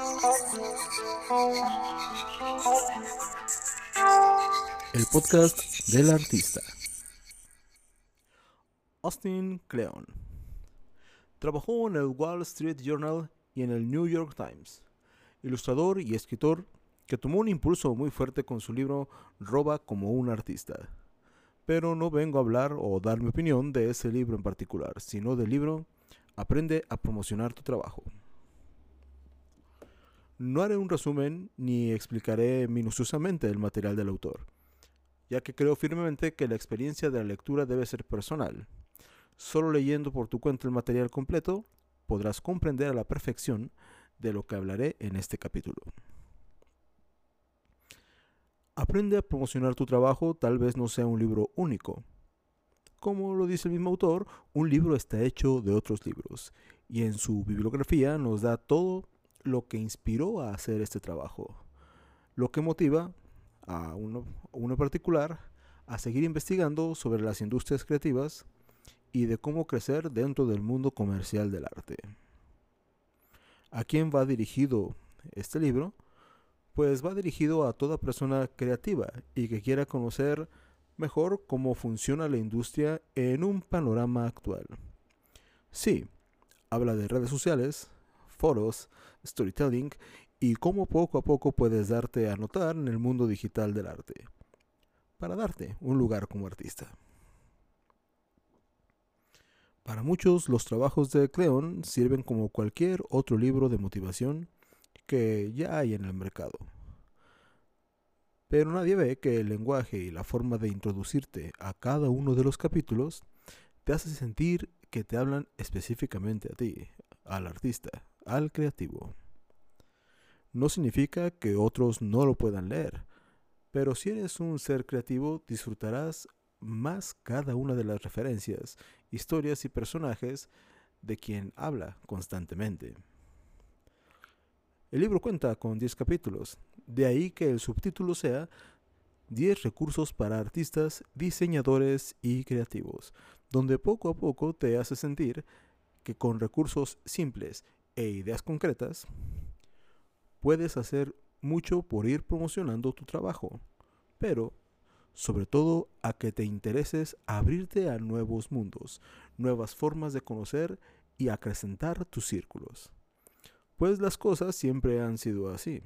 El podcast del artista. Austin Kleon trabajó en el Wall Street Journal y en el New York Times. Ilustrador y escritor que tomó un impulso muy fuerte con su libro Roba como un artista. Pero no vengo a hablar o dar mi opinión de ese libro en particular, sino del libro Aprende a promocionar tu trabajo. No haré un resumen ni explicaré minuciosamente el material del autor, ya que creo firmemente que la experiencia de la lectura debe ser personal. Solo leyendo por tu cuenta el material completo podrás comprender a la perfección de lo que hablaré en este capítulo. Aprende a promocionar tu trabajo tal vez no sea un libro único. Como lo dice el mismo autor, un libro está hecho de otros libros, y en su bibliografía nos da todo lo que inspiró a hacer este trabajo, lo que motiva a uno particular a seguir investigando sobre las industrias creativas y de cómo crecer dentro del mundo comercial del arte. ¿A quién va dirigido este libro? Pues va dirigido a toda persona creativa y que quiera conocer mejor cómo funciona la industria en un panorama actual. Sí, habla de redes sociales, foros, storytelling y cómo poco a poco puedes darte a notar en el mundo digital del arte, para darte un lugar como artista. Para muchos, los trabajos de Kleon sirven como cualquier otro libro de motivación que ya hay en el mercado. Pero nadie ve que el lenguaje y la forma de introducirte a cada uno de los capítulos te hace sentir que te hablan específicamente a ti, al artista, al creativo. No significa que otros no lo puedan leer, pero si eres un ser creativo disfrutarás más cada una de las referencias, historias y personajes de quien habla constantemente. El libro cuenta con 10 capítulos, de ahí que el subtítulo sea 10 recursos para artistas, diseñadores y creativos, donde poco a poco te hace sentir que con recursos simples e ideas concretas puedes hacer mucho por ir promocionando tu trabajo, pero sobre todo a que te intereses a abrirte a nuevos mundos, nuevas formas de conocer y acrecentar tus círculos. Pues las cosas siempre han sido así.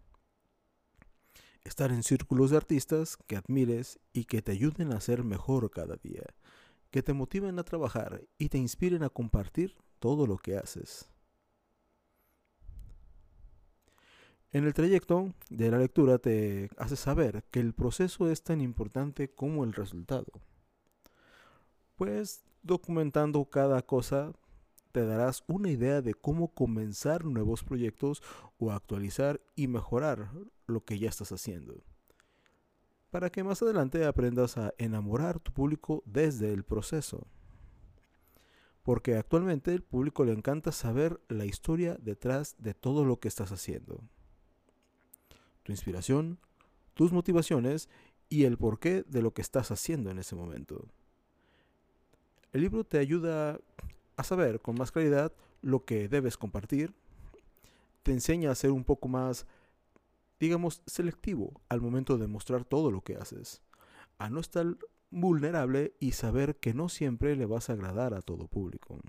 Estar en círculos de artistas que admires y que te ayuden a ser mejor cada día, que te motiven a trabajar y te inspiren a compartir todo lo que haces. En el trayecto de la lectura te hace saber que el proceso es tan importante como el resultado. Pues documentando cada cosa te darás una idea de cómo comenzar nuevos proyectos o actualizar y mejorar lo que ya estás haciendo, para que más adelante aprendas a enamorar tu público desde el proceso. Porque actualmente al público le encanta saber la historia detrás de todo lo que estás haciendo. Tu inspiración, tus motivaciones y el porqué de lo que estás haciendo en ese momento. El libro te ayuda a saber con más claridad lo que debes compartir, te enseña a ser un poco más, digamos, selectivo al momento de mostrar todo lo que haces, a no estar vulnerable y saber que no siempre le vas a agradar a todo público.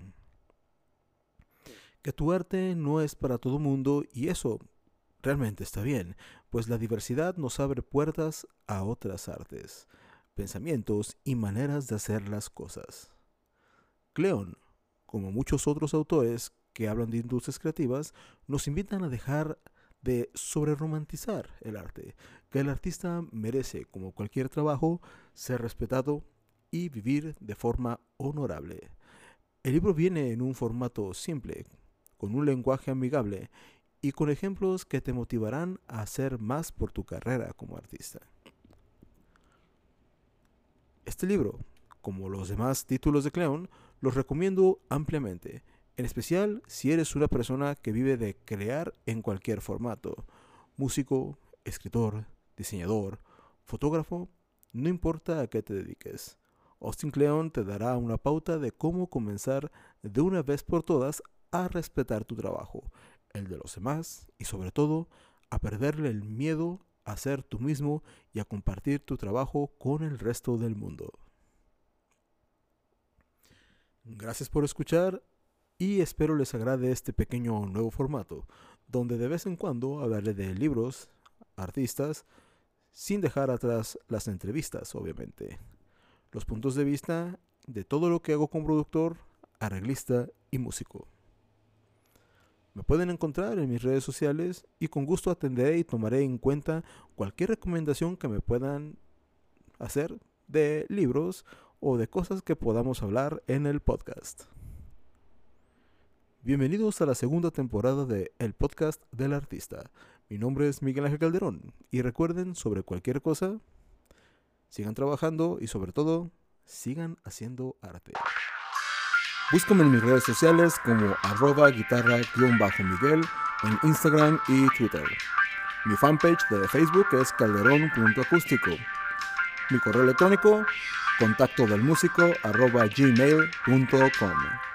Que tu arte no es para todo mundo y eso realmente está bien, pues la diversidad nos abre puertas a otras artes, pensamientos y maneras de hacer las cosas. Kleon, como muchos otros autores que hablan de industrias creativas, nos invitan a dejar de sobreromantizar el arte, que el artista merece, como cualquier trabajo, ser respetado y vivir de forma honorable. El libro viene en un formato simple, con un lenguaje amigable y con ejemplos que te motivarán a hacer más por tu carrera como artista. Este libro, como los demás títulos de Kleon, los recomiendo ampliamente, en especial si eres una persona que vive de crear en cualquier formato, músico, escritor, diseñador, fotógrafo, no importa a qué te dediques. Austin Kleon te dará una pauta de cómo comenzar de una vez por todas a respetar tu trabajo, el de los demás y sobre todo a perderle el miedo a ser tú mismo y a compartir tu trabajo con el resto del mundo. Gracias por escuchar y espero les agrade este pequeño nuevo formato, donde de vez en cuando hablaré de libros, artistas, sin dejar atrás las entrevistas, obviamente. Los puntos de vista de todo lo que hago como productor, arreglista y músico. Me pueden encontrar en mis redes sociales y con gusto atenderé y tomaré en cuenta cualquier recomendación que me puedan hacer de libros o de cosas que podamos hablar en el podcast. Bienvenidos a la segunda temporada de El Podcast del Artista. Mi nombre es Miguel Ángel Calderón y recuerden, sobre cualquier cosa, sigan trabajando y sobre todo, sigan haciendo arte. Búscame en mis redes sociales como @guitarra_miguel en Instagram y Twitter. Mi fanpage de Facebook es calderón.acústico. Mi correo electrónico, contactodelmusico@gmail.com.